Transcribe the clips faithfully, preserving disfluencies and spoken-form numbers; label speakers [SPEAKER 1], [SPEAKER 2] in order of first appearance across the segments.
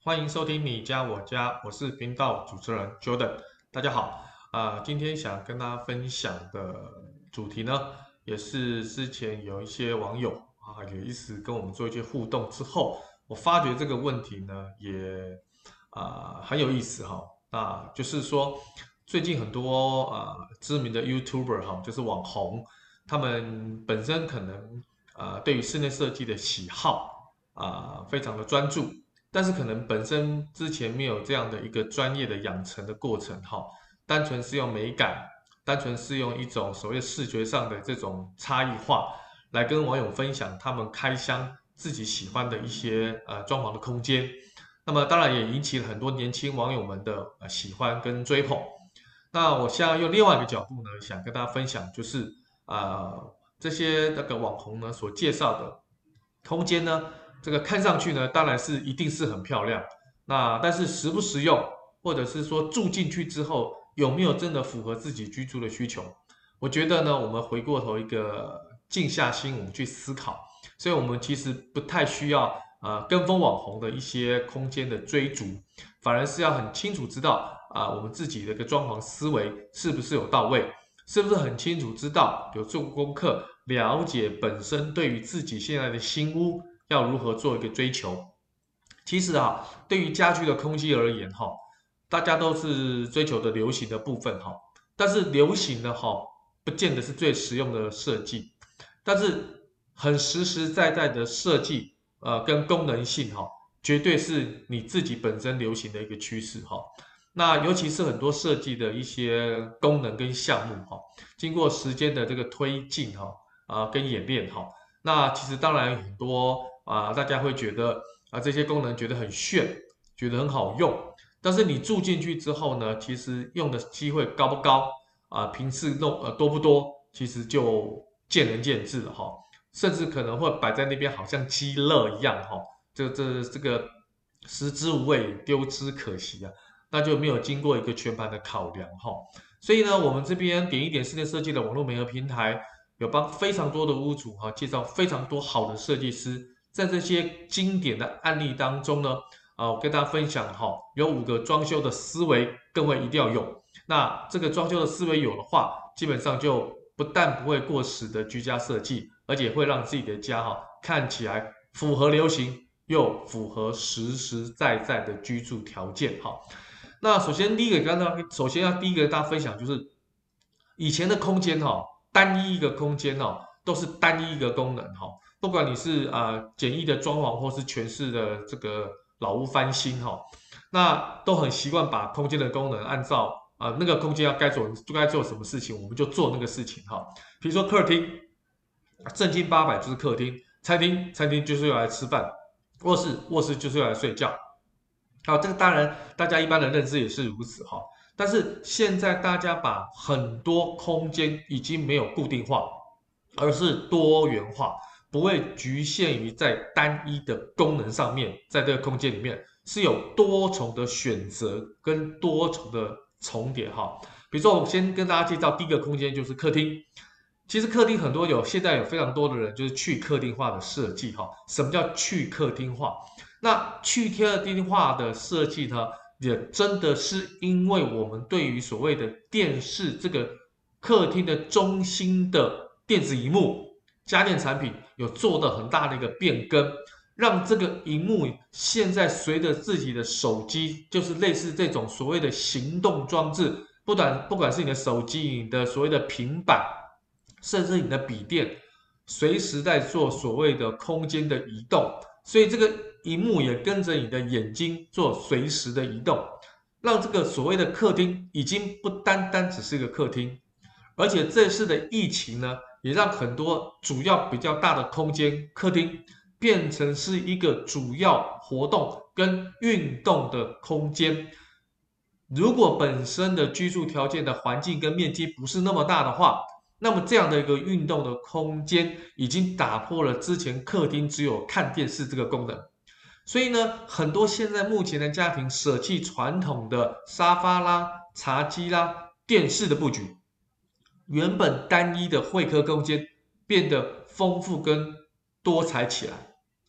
[SPEAKER 1] 欢迎收听你家我家，我是频道主持人 Jordan。大家好，啊、今天想跟大家分享的主题呢，也是之前有一些网友啊，有意思跟我们做一些互动之后，我发觉这个问题呢，也啊、很有意思哈。那就是说，最近很多啊、知名的 YouTuber 哈，就是网红，他们本身可能啊、对于室内设计的喜好啊、非常的专注。但是可能本身之前没有这样的一个专业的养成的过程哈，单纯是用美感，单纯是用一种所谓视觉上的这种差异化来跟网友分享他们开箱自己喜欢的一些呃装潢的空间，那么当然也引起了很多年轻网友们的呃喜欢跟追捧。那我现在用另外一个角度呢，想跟大家分享，就是呃这些那个网红呢所介绍的空间呢，这个看上去呢，当然是一定是很漂亮。那但是实不实用，或者是说住进去之后有没有真的符合自己居住的需求？我觉得呢，我们回过头一个静下心，我们去思考。所以我们其实不太需要呃跟风网红的一些空间的追逐，反而是要很清楚知道啊、我们自己的一个装潢思维是不是有到位，是不是很清楚知道有做功课，了解本身对于自己现在的新屋要如何做一个追求。其实啊，对于家居的空间而言哈，大家都是追求的流行的部分哈，但是流行的哈，不见得是最实用的设计，但是很实实在在的设计，呃，跟功能性哈，绝对是你自己本身流行的一个趋势哈。那尤其是很多设计的一些功能跟项目哈，经过时间的这个推进哈，啊、跟演练哈，那其实当然很多啊、大家会觉得啊、这些功能觉得很炫，觉得很好用，但是你住进去之后呢，其实用的机会高不高啊、频次弄呃多不多，其实就见仁见智了哈，甚至可能会摆在那边好像鸡肋一样哈，这这这个食之无味，丢之可惜啊，那就没有经过一个全盘的考量哈。所以呢，我们这边点一点室内设计的网络媒合平台，有帮非常多的屋主哈介绍非常多好的设计师，在这些经典的案例当中呢，啊，我跟大家分享哈，有五个装修的思维，各位一定要有。那这个装修的思维有的话，基本上就不但不会过时的居家设计，而且会让自己的家哈看起来符合流行，又符合实实在在的居住条件哈。那首先第一个，刚刚首先要第一个跟大家分享就是以前的空间哈，单一一个空间哦，都是单一一个功能哈，不管你是啊、呃简易的装潢或是全市的这个老屋翻新哈，那都很习惯把空间的功能按照啊、呃那个空间要该做就该做什么事情，我们就做那个事情哈。比如说客厅，正经八百就是客厅，餐厅餐厅就是用来吃饭，卧室卧室就是用来睡觉。好，这个当然大家一般的认知也是如此哈。但是现在大家把很多空间已经没有固定化，而是多元化，不会局限于在单一的功能上面，在这个空间里面是有多重的选择跟多重的重叠哈。比如说，我先跟大家介绍第一个空间就是客厅。其实客厅很多有，现在有非常多的人就是去客厅化的设计哈。什么叫去客厅化？那去客厅化的设计呢，也真的是因为我们对于所谓的电视这个客厅的中心的电子荧幕家电产品有做的很大的一个变更，让这个荧幕现在随着自己的手机，就是类似这种所谓的行动装置，不管不管是你的手机、你的所谓的平板，甚至你的笔电，随时在做所谓的空间的移动，所以这个荧幕也跟着你的眼睛做随时的移动，让这个所谓的客厅已经不单单只是一个客厅，而且这次的疫情呢，也让很多主要比较大的空间客厅变成是一个主要活动跟运动的空间。如果本身的居住条件的环境跟面积不是那么大的话，那么这样的一个运动的空间已经打破了之前客厅只有看电视这个功能。所以呢，很多现在目前的家庭舍弃传统的沙发啦、茶几啦、电视的布局，原本单一的会客空间变得丰富跟多彩起来。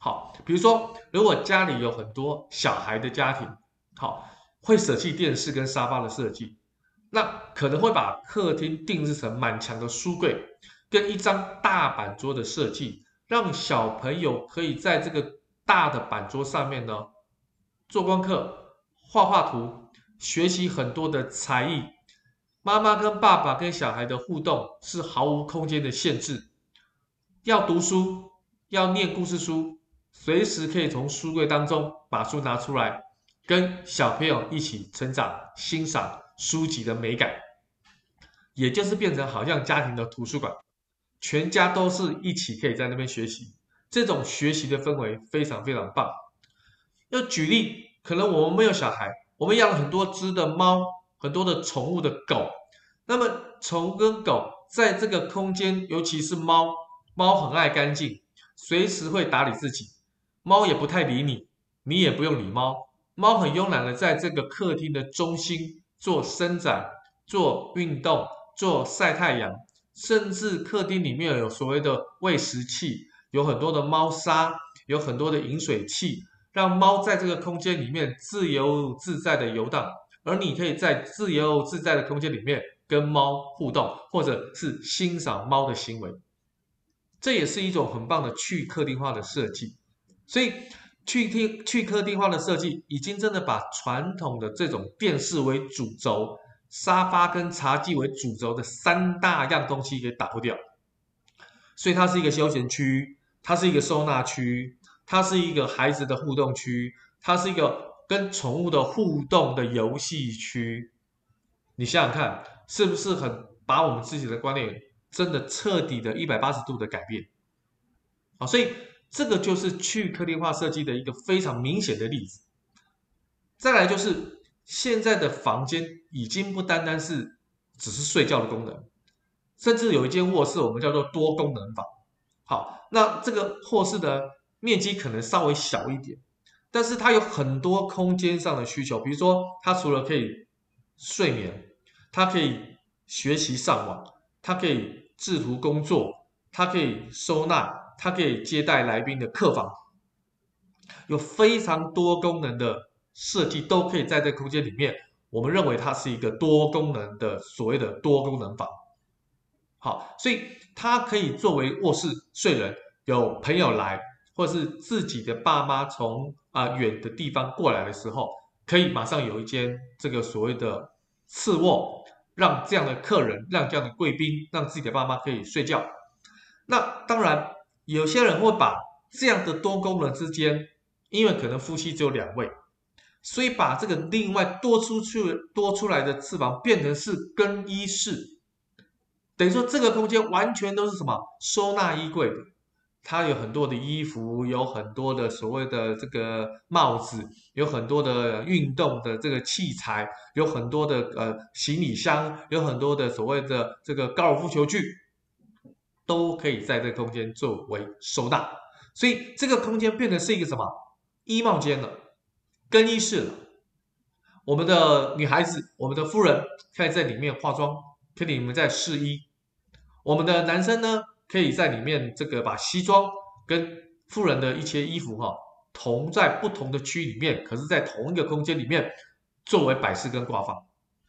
[SPEAKER 1] 好，比如说如果家里有很多小孩的家庭，好，会舍弃电视跟沙发的设计，那可能会把客厅定制成满墙的书柜跟一张大板桌的设计，让小朋友可以在这个大的板桌上面呢做功课、画画图，学习很多的才艺。妈妈跟爸爸跟小孩的互动是毫无空间的限制，要读书，要念故事书，随时可以从书柜当中把书拿出来，跟小朋友一起成长，欣赏书籍的美感，也就是变成好像家庭的图书馆，全家都是一起可以在那边学习，这种学习的氛围非常非常棒。要举例，可能我们没有小孩，我们养了很多只的猫，很多的宠物的狗，那么宠跟狗在这个空间，尤其是猫，猫很爱干净，随时会打理自己，猫也不太理你，你也不用理猫，猫很慵懒的在这个客厅的中心做伸展、做运动、做晒太阳，甚至客厅里面有所谓的喂食器，有很多的猫砂，有很多的饮水器，让猫在这个空间里面自由自在的游荡，而你可以在自由自在的空间里面跟猫互动，或者是欣赏猫的行为，这也是一种很棒的去客厅化的设计。所以去厅去客厅化的设计，已经真的把传统的这种电视为主轴、沙发跟茶几为主轴的三大样东西给打破掉。所以它是一个休闲区，它是一个收纳区，它是一个孩子的互动区，它是一个跟宠物的互动的游戏区。你想想看，是不是很把我们自己的观念真的彻底的一百八十度的改变？好，所以这个就是去客厅化设计的一个非常明显的例子。再来就是现在的房间已经不单单是只是睡觉的功能，甚至有一间卧室我们叫做多功能房。好，那这个卧室的面积可能稍微小一点，但是它有很多空间上的需求，比如说它除了可以睡眠，它可以学习上网，它可以制图工作，它可以收纳，它可以接待来宾的客房，有非常多功能的设计都可以在这个空间里面。我们认为它是一个多功能的所谓的多功能房。好，所以它可以作为卧室睡人，有朋友来，或是自己的爸妈从啊、呃远的地方过来的时候，可以马上有一间这个所谓的次卧，让这样的客人，让这样的贵宾，让自己的爸妈可以睡觉。那当然，有些人会把这样的多功能之间，因为可能夫妻只有两位，所以把这个另外多出去多出来的翅膀变成是更衣室。等于说这个空间完全都是什么收纳衣柜的，它有很多的衣服，有很多的所谓的这个帽子，有很多的运动的这个器材，有很多的呃行李箱，有很多的所谓的这个高尔夫球具，都可以在这个空间作为收纳。所以这个空间变成是一个什么衣帽间了，更衣室了。我们的女孩子，我们的夫人可以在里面化妆，可以你们在试衣。我们的男生呢，可以在里面这个把西装跟妇人的一些衣服哈、哦，同在不同的区里面，可是在同一个空间里面作为摆饰跟挂放，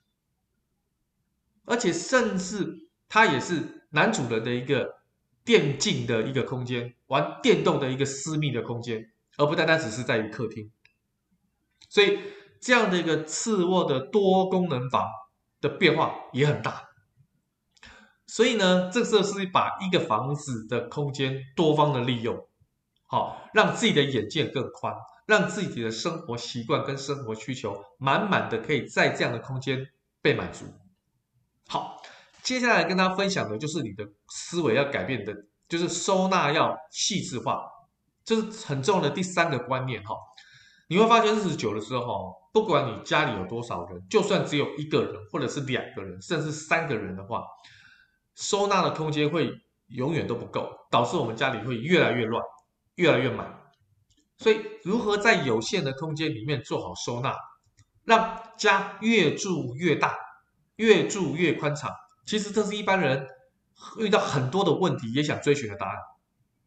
[SPEAKER 1] 而且甚至它也是男主人的一个电竞的一个空间，玩电动的一个私密的空间，而不单单只是在于客厅。所以这样的一个次卧的多功能房的变化也很大。所以呢，这时候是把一个房子的空间多方的利用，好，让自己的眼界更宽，让自己的生活习惯跟生活需求满满的可以在这样的空间被满足。好，接下来跟大家分享的就是你的思维要改变的，就是收纳要细致化，这是很重要的第三个观念哈。你会发现日子久的时候，不管你家里有多少人，就算只有一个人，或者是两个人，甚至三个人的话，收纳的空间会永远都不够，导致我们家里会越来越乱，越来越满。所以，如何在有限的空间里面做好收纳，让家越住越大，越住越宽敞，其实这是一般人遇到很多的问题也想追寻的答案。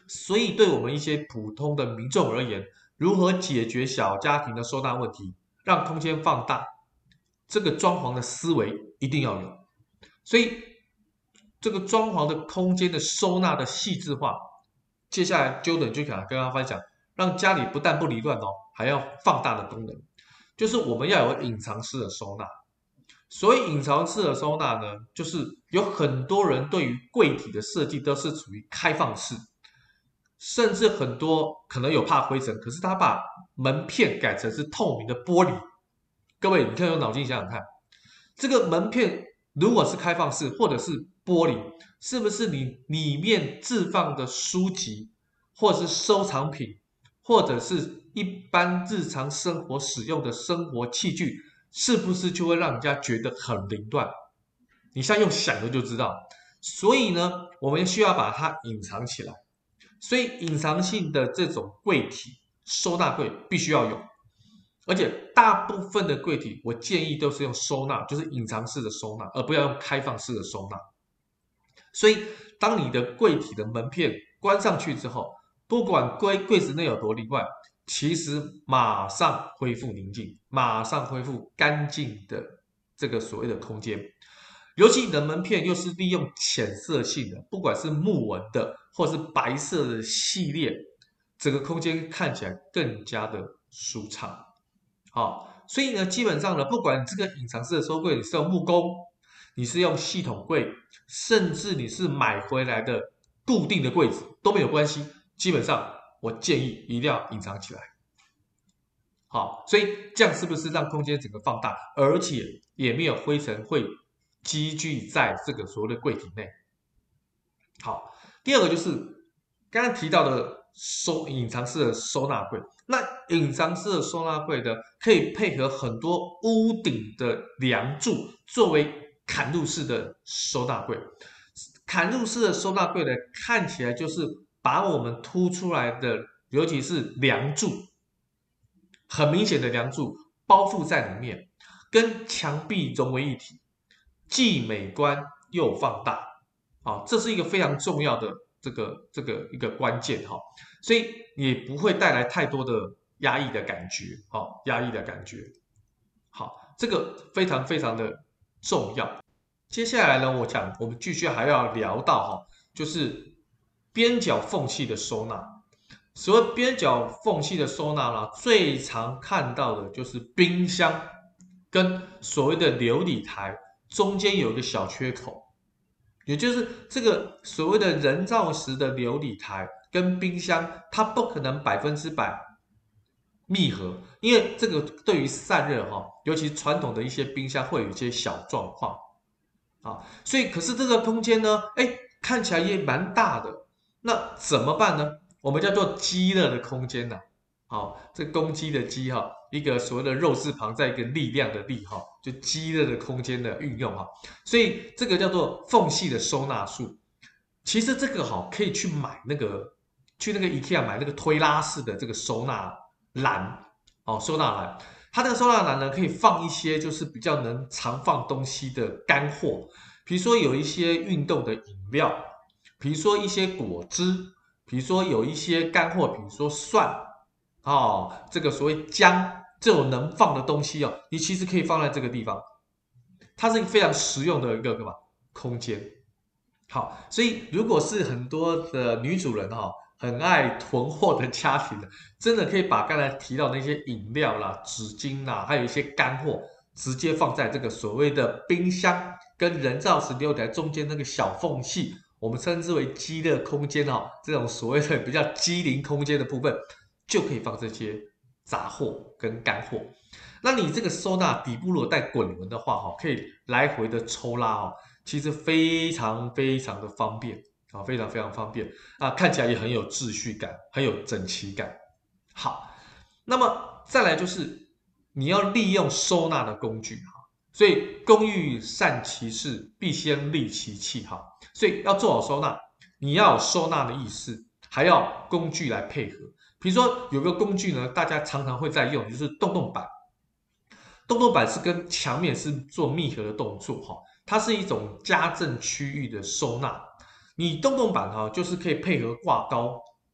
[SPEAKER 1] 所以对我们一些普通的民众而言，如何解决小家庭的收纳问题，让空间放大，这个装潢的思维一定要有。所以这个装潢的空间的收纳的细致化，接下来 Jordan 就想跟大家分享，让家里不但不离乱哦，还要放大的功能，就是我们要有隐藏式的收纳。所谓隐藏式的收纳呢，就是有很多人对于柜体的设计都是处于开放式，甚至很多可能有怕灰尘，可是他把门片改成是透明的玻璃。各位，你可以用脑筋想想看，这个门片如果是开放式或者是玻璃，是不是你里面置放的书籍，或者是收藏品，或者是一般日常生活使用的生活器具，是不是就会让人家觉得很凌乱？你现在用想的就知道。所以呢，我们需要把它隐藏起来。所以隐藏性的这种柜体收纳柜必须要有，而且大部分的柜体我建议都是用收纳，就是隐藏式的收纳，而不要用开放式的收纳。所以当你的柜体的门片关上去之后，不管柜柜子内有多凌乱，其实马上恢复宁静，马上恢复干净的这个所谓的空间。尤其你的门片又是利用浅色性的，不管是木纹的或是白色的系列，整个空间看起来更加的舒畅。好，所以呢，基本上呢，不管你这个隐藏式的收柜你是用木工，你是用系统柜，甚至你是买回来的固定的柜子都没有关系。基本上，我建议一定要隐藏起来。好，所以这样是不是让空间整个放大，而且也没有灰尘会积聚在这个所谓的柜体内？好，第二个就是刚刚提到的收隐藏式的收纳柜。那隐藏式的收纳柜呢，可以配合很多屋顶的梁柱作为砍入式的收纳柜。砍入式的收纳柜呢，看起来就是把我们凸出来的，尤其是梁柱，很明显的梁柱包覆在里面，跟墙壁融为一体，既美观又放大。好，这是一个非常重要的这个这个一个关键哈，所以也不会带来太多的压抑的感觉，好，压抑的感觉。好，这个非常非常的重要。接下来呢，我讲我们继续还要聊到哈，就是边角缝隙的收纳。所谓边角缝隙的收纳呢，最常看到的就是冰箱跟所谓的流理台中间有一个小缺口。也就是这个所谓的人造石的流理台跟冰箱，它不可能百分之百密合，因为这个对于散热哈，尤其传统的一些冰箱会有一些小状况啊，所以可是这个空间呢，哎，看起来也蛮大的，那怎么办呢？我们叫做积热的空间呐，好，这公鸡的鸡哈，一个所谓的肉字旁，在一个力量的力哈，就积热的空间的运用哈，所以这个叫做缝隙的收纳术。其实这个哈可以去买那个，去那个 IKEA 买那个推拉式的这个收纳篮，哦，收纳篮。它这个收纳篮呢，可以放一些就是比较能藏放东西的干货，比如说有一些运动的饮料，比如说一些果汁，比如说有一些干货，比如说蒜，哦，这个所谓姜这种能放的东西哦，你其实可以放在这个地方，它是一个非常实用的一个干嘛空间。好，所以如果是很多的女主人哈、哦，很爱囤货的家庭的，真的可以把刚才提到的那些饮料啦、纸巾啦，还有一些干货，直接放在这个所谓的冰箱跟人造石榴台中间那个小缝隙，我们称之为积热空间哦，这种所谓的比较机灵空间的部分，就可以放这些杂货跟干货。那你这个收纳底部如果带滚轮的话，哈，可以来回的抽拉哦，其实非常非常的方便啊，非常非常方便啊，看起来也很有秩序感，很有整齐感。好，那么再来就是你要利用收纳的工具哈，所以工欲善其事，必先利其器哈，所以要做好收纳，你要有收纳的意识，还要工具来配合。比如说有个工具呢，大家常常会在用，就是洞洞板。洞洞板是跟墙面是做密合的动作哈，它是一种家政区域的收纳。你洞洞板哈，就是可以配合挂钩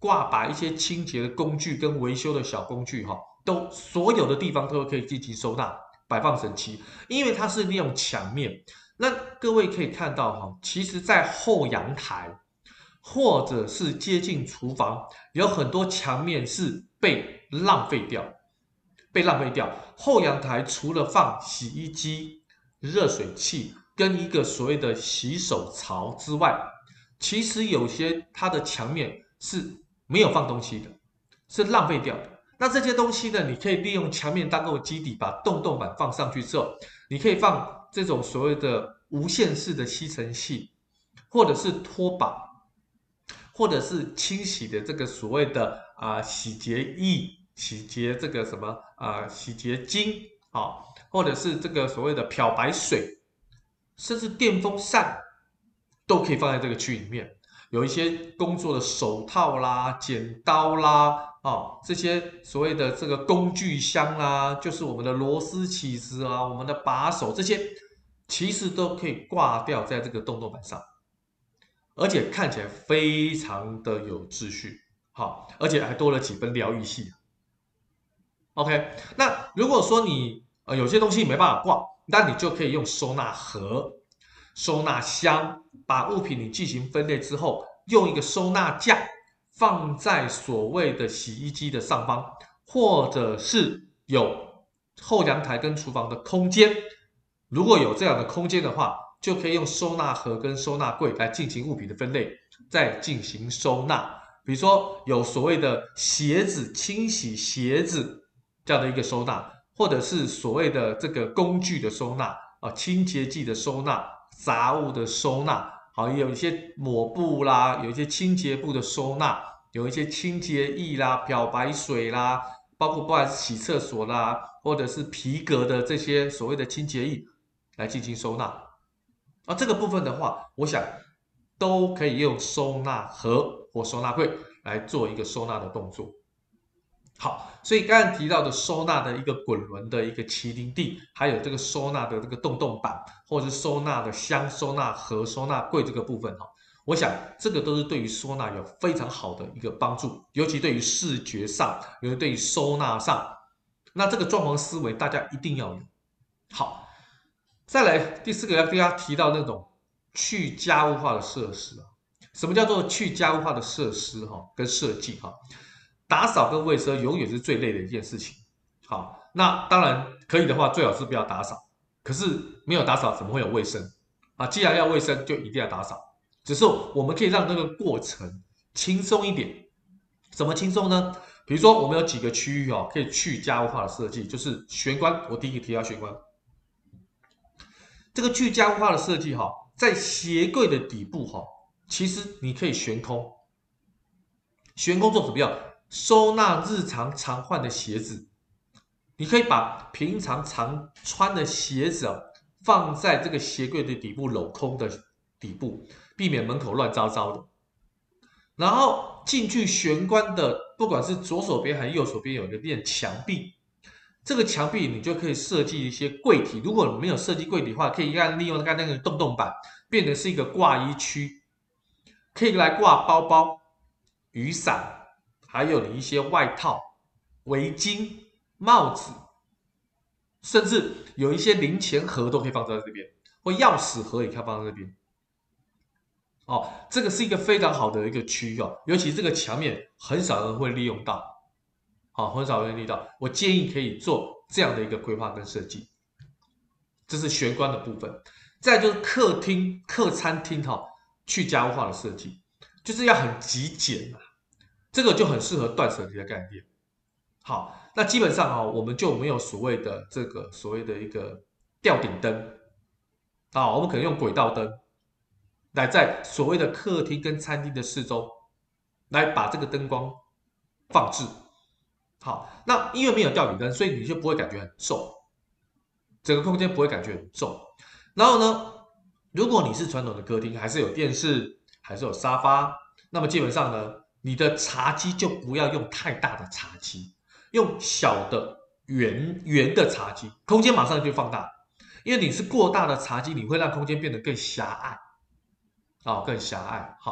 [SPEAKER 1] 挂把一些清洁的工具跟维修的小工具哈，都所有的地方都可以进行收纳，摆放整齐，因为它是利用墙面。那各位可以看到哈，其实在后阳台或者是接近厨房，有很多墙面是被浪费掉，被浪费掉。后阳台除了放洗衣机、热水器跟一个所谓的洗手槽之外，其实有些它的墙面是没有放东西的，是浪费掉的。那这些东西呢，你可以利用墙面当做基底，把洞洞板放上去之后，你可以放这种所谓的无线式的吸尘器，或者是拖把，或者是清洗的这个所谓的啊、呃、洗洁液、洗洁这个什么啊、呃、洗洁精啊、哦，或者是这个所谓的漂白水，甚至电风扇都可以放在这个区里面。有一些工作的手套啦、剪刀啦，哦，这些所谓的这个工具箱啦，就是我们的螺丝起子啊、我们的把手这些，其实都可以挂掉在这个洞洞板上，而且看起来非常的有秩序，好，而且还多了几分疗愈系。OK，那如果说你呃有些东西没办法挂，那你就可以用收纳盒、收纳箱，把物品你进行分类之后，用一个收纳架放在所谓的洗衣机的上方，或者是有后阳台跟厨房的空间。如果有这样的空间的话，就可以用收纳盒跟收纳柜来进行物品的分类，再进行收纳。比如说有所谓的鞋子清洗鞋子这样的一个收纳，或者是所谓的这个工具的收纳啊，清洁剂的收纳、杂物的收纳，好，有一些抹布啦，有一些清洁布的收纳，有一些清洁液啦、漂白水啦，包括不管是洗厕所啦，或者是皮革的这些所谓的清洁液来进行收纳。而这个部分的话，我想都可以用收纳盒或收纳柜来做一个收纳的动作。好，所以刚才提到的收纳的一个滚轮的一个麒麟地，还有这个收纳的这个洞洞板，或者是收纳的箱、收纳盒、收纳柜这个部分哈，我想这个都是对于收纳有非常好的一个帮助，尤其对于视觉上，尤其对于收纳上，那这个装潢思维大家一定要有。好，再来第四个要跟大家提到那种去家务化的设施啊，什么叫做去家务化的设施哈跟设计哈？打扫跟卫生永远是最累的一件事情。好，那当然可以的话，最好是不要打扫。可是没有打扫怎么会有卫生啊？既然要卫生，就一定要打扫。只是我们可以让这个过程轻松一点。怎么轻松呢？比如说我们有几个区域哦，可以去家务化的设计，就是玄关。我第一个提到玄关，这个去家务化的设计哈，在鞋柜的底部哈，其实你可以悬空。悬空做什么用？收纳日常常换的鞋子，你可以把平常常穿的鞋子啊放在这个鞋柜的底部镂空的底部，避免门口乱糟糟的。然后进去玄关的，不管是左手边还是右手边有一面墙壁，这个墙壁你就可以设计一些柜体。如果你没有设计柜体的话，可以让利用刚才那个洞洞板，变成是一个挂衣区，可以来挂包包、雨伞。还有你一些外套、围巾、帽子，甚至有一些零钱盒都可以放在这边，或钥匙盒也可以放在这边。哦，这个是一个非常好的一个区域哦，尤其这个墙面很少人会利用到，好、哦，很少人利用到。我建议可以做这样的一个规划跟设计，这是玄关的部分。再就是客厅、客餐厅哈、哦，去家务化的设计，就是要很极简啊。这个就很适合断舍离的概念。好，那基本上啊、哦，我们就没有所谓的这个所谓的一个吊顶灯啊、哦，我们可能用轨道灯来在所谓的客厅跟餐厅的四周来把这个灯光放置。好，那因为没有吊顶灯，所以你就不会感觉很重，整个空间不会感觉很重。然后呢，如果你是传统的客厅，还是有电视，还是有沙发，那么基本上呢，你的茶几就不要用太大的茶几，用小的圆圆的茶几，空间马上就放大。因为你是过大的茶几，你会让空间变得更狭隘，啊、哦，更狭隘。好，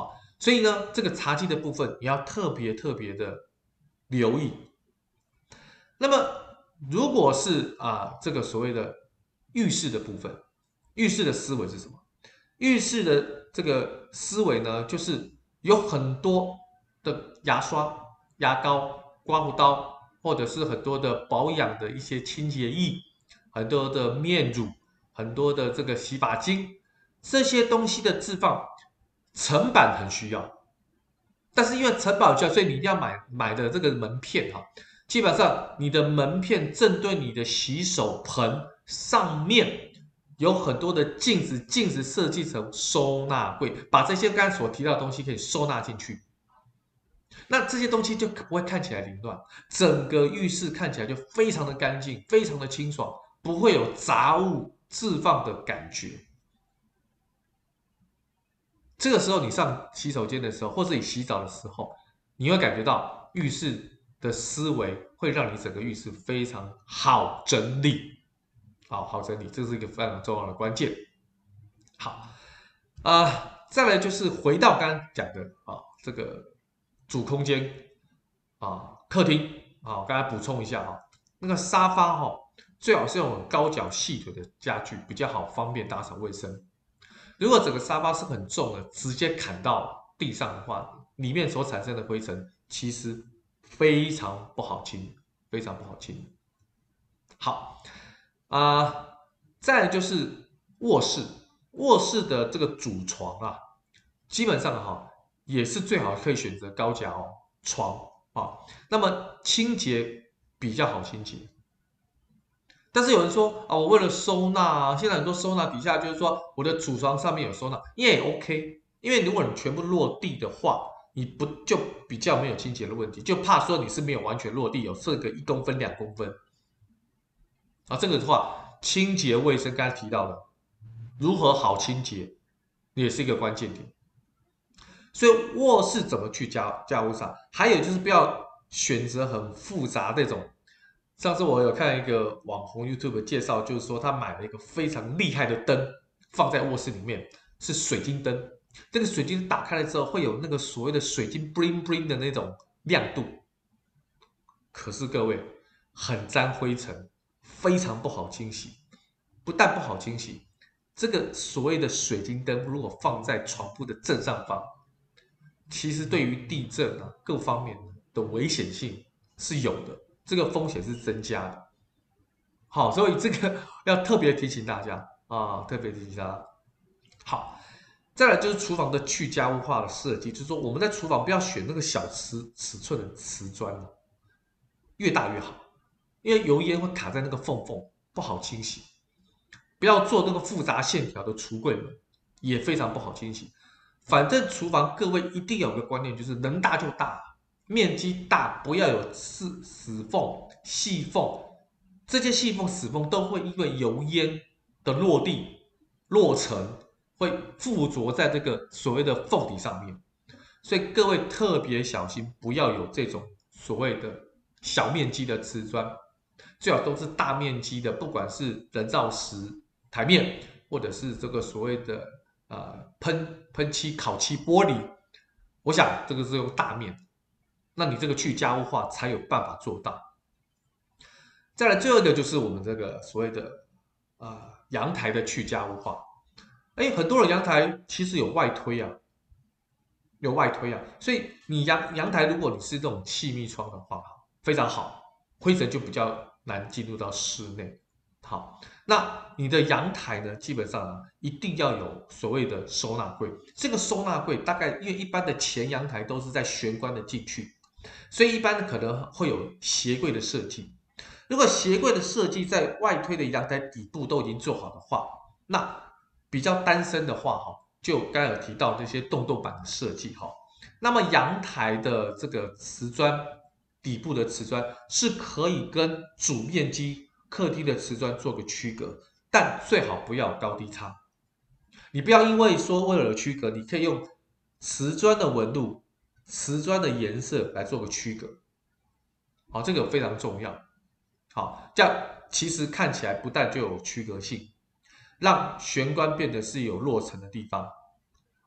[SPEAKER 1] 所以呢，这个茶几的部分你要特别特别的留意。那么，如果是啊这个所谓的浴室的部分，浴室的思维是什么？浴室的这个思维呢，就是有很多的牙刷、牙膏、刮胡刀，或者是很多的保养的一些清洁液，很多的面乳，很多的这个洗发精，这些东西的置放层板很需要。但是因为城堡教，所以你一定要买买的这个门片哈。基本上你的门片正对你的洗手盆上面有很多的镜子，镜子设计成收纳柜，把这些刚才所提到的东西可以收纳进去。那这些东西就不会看起来凌乱，整个浴室看起来就非常的干净，非常的清爽，不会有杂物置放的感觉。这个时候你上洗手间的时候，或是你洗澡的时候，你会感觉到浴室的思维会让你整个浴室非常好整理，好好整理，这是一个非常重要的关键。好，啊、呃，再来就是回到刚刚讲的啊，这个主空间啊，客厅啊，刚才补充一下哈，那个沙发哈，最好是用高脚细腿的家具，比较好方便打扫卫生。如果整个沙发是很重的，直接砍到地上的话，里面所产生的灰尘其实非常不好清，非常不好清。好啊、呃，再来就是卧室，卧室的这个主床啊，基本上哈也是最好可以选择高脚床啊，那么清洁比较好清洁。但是有人说啊，我为了收纳啊，现在很多收纳底下就是说我的主床上面有收纳，也 OK。因为如果你全部落地的话，你不就比较没有清洁的问题，就怕说你是没有完全落地，有设个一公分、两公分啊。这个的话，清洁卫生刚才提到的，如何好清洁也是一个关键点。所以卧室怎么去家家务上，还有就是不要选择很复杂那种。上次我有看一个网红 YouTube 介绍，就是说他买了一个非常厉害的灯，放在卧室里面，是水晶灯。这个水晶打开了之后，会有那个所谓的水晶 bling bling 的那种亮度。可是各位，很沾灰尘，非常不好清洗。不但不好清洗，这个所谓的水晶灯如果放在床铺的正上方，其实对于地震啊各方面的危险性是有的，这个风险是增加的。好，所以这个要特别提醒大家啊，特别提醒大家。好，再来就是厨房的去家务化的设计，就是说我们在厨房不要选那个小尺尺寸的瓷砖了，越大越好，因为油烟会卡在那个缝缝，不好清洗。不要做那个复杂线条的橱柜门，也非常不好清洗。反正厨房各位一定有个观念，就是能大就大，面积大，不要有死死缝、细缝。这些细缝、死缝都会因为油烟的落地、落尘，会附着在这个所谓的缝底上面。所以各位特别小心，不要有这种所谓的小面积的瓷砖，最好都是大面积的，不管是人造石台面，或者是这个所谓的呃喷喷漆、烤漆玻璃，我想这个是用大面，那你这个去家务化才有办法做到。再来，最后一个就是我们这个所谓的啊阳台的去家务化。哎，很多人阳台其实有外推啊，有外推啊，所以你阳阳台如果你是这种气密窗的话，非常好，灰尘就比较难进入到室内。好，那你的阳台呢，基本上啊，一定要有所谓的收纳柜。这个收纳柜大概因为一般的前阳台都是在玄关的进去，所以一般可能会有鞋柜的设计。如果鞋柜的设计在外推的阳台底部都已经做好的话，那比较单身的话，哈，就刚才有提到这些洞洞板的设计，哈，那么阳台的这个瓷砖底部的瓷砖是可以跟主面积客厅的瓷砖做个区隔，但最好不要高低差。你不要因为说为了区隔，你可以用瓷砖的纹路、瓷砖的颜色来做个区隔，好，这个非常重要。好，这样其实看起来不但就有区隔性，让玄关变得是有落尘的地方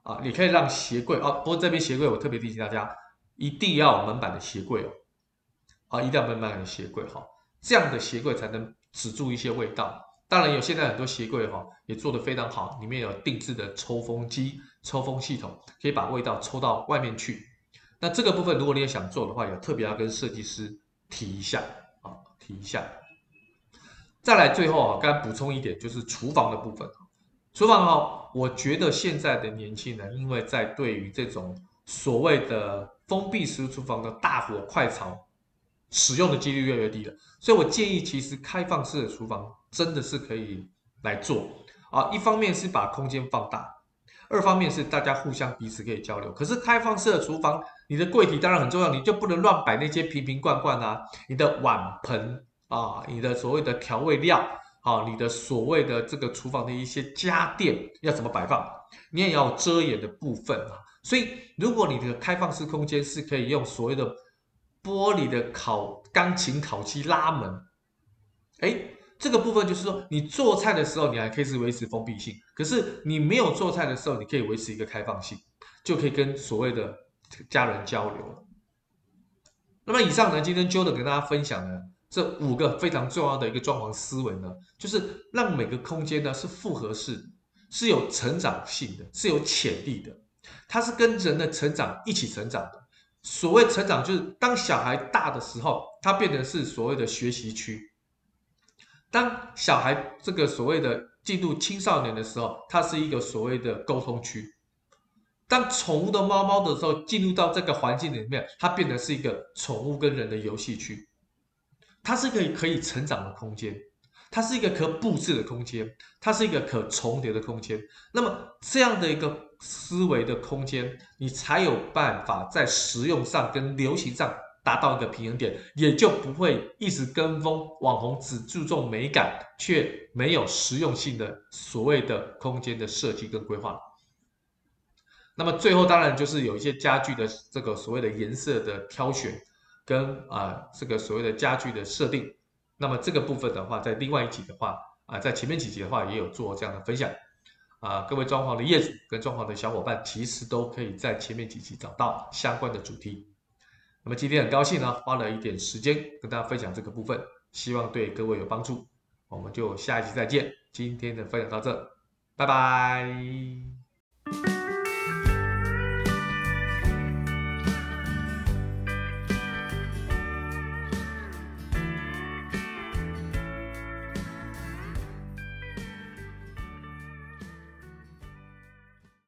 [SPEAKER 1] 啊，你可以让鞋柜哦，不过这边鞋柜我特别提醒大家，一定要有门板的鞋柜哦，啊，一定要门板的鞋柜哈、哦，这样的鞋柜才能止住一些味道。当然有现在很多鞋柜哈、哦、也做得非常好，里面有定制的抽风机、抽风系统，可以把味道抽到外面去。那这个部分如果你也想做的话，也特别要跟设计师提一下啊，提一下。再来最后啊，刚刚补充一点，就是厨房的部分。厨房哦，我觉得现在的年轻人，因为在对于这种所谓的封闭式厨房的大火快炒使用的几率越来越低了，所以我建议，其实开放式的厨房真的是可以来做啊。一方面是把空间放大，二方面是大家互相彼此可以交流。可是开放式的厨房，你的柜体当然很重要，你就不能乱摆那些瓶瓶罐罐啊，你的碗盆啊，你的所谓的调味料，好、啊，你的所谓的这个厨房的一些家电要怎么摆放，你也要有遮掩的部分啊。所以，如果你的开放式空间是可以用所谓的玻璃的烤钢琴烤漆拉门，哎，这个部分就是说，你做菜的时候，你还可以是维持封闭性，可是你没有做菜的时候，你可以维持一个开放性，就可以跟所谓的家人交流了。那么以上呢，今天 Jordan 跟大家分享的这五个非常重要的一个装潢思维呢，就是让每个空间呢是复合式的，是有成长性的，是有潜力的，它是跟人的成长一起成长的。所谓成长，就是当小孩大的时候，它变成是所谓的学习区；当小孩这个所谓的进入青少年的时候，它是一个所谓的沟通区。当宠物的猫猫的时候，进入到这个环境里面，它变成是一个宠物跟人的游戏区，它是一个可以成长的空间，它是一个可布置的空间，它是一个可重叠的空间。那么这样的一个思维的空间，你才有办法在实用上跟流行上达到一个平衡点，也就不会一直跟风网红，只注重美感，却没有实用性的所谓的空间的设计跟规划。那么最后当然就是有一些家具的这个所谓的颜色的挑选，跟啊、呃、这个所谓的家具的设定。那么这个部分的话，在另外一集的话啊、呃，在前面几集的话也有做这样的分享啊、呃，各位装潢的业主跟装潢的小伙伴，其实都可以在前面几集找到相关的主题。那么今天很高兴呢，花了一点时间跟大家分享这个部分，希望对各位有帮助。我们就下一集再见，今天的分享到这，拜拜。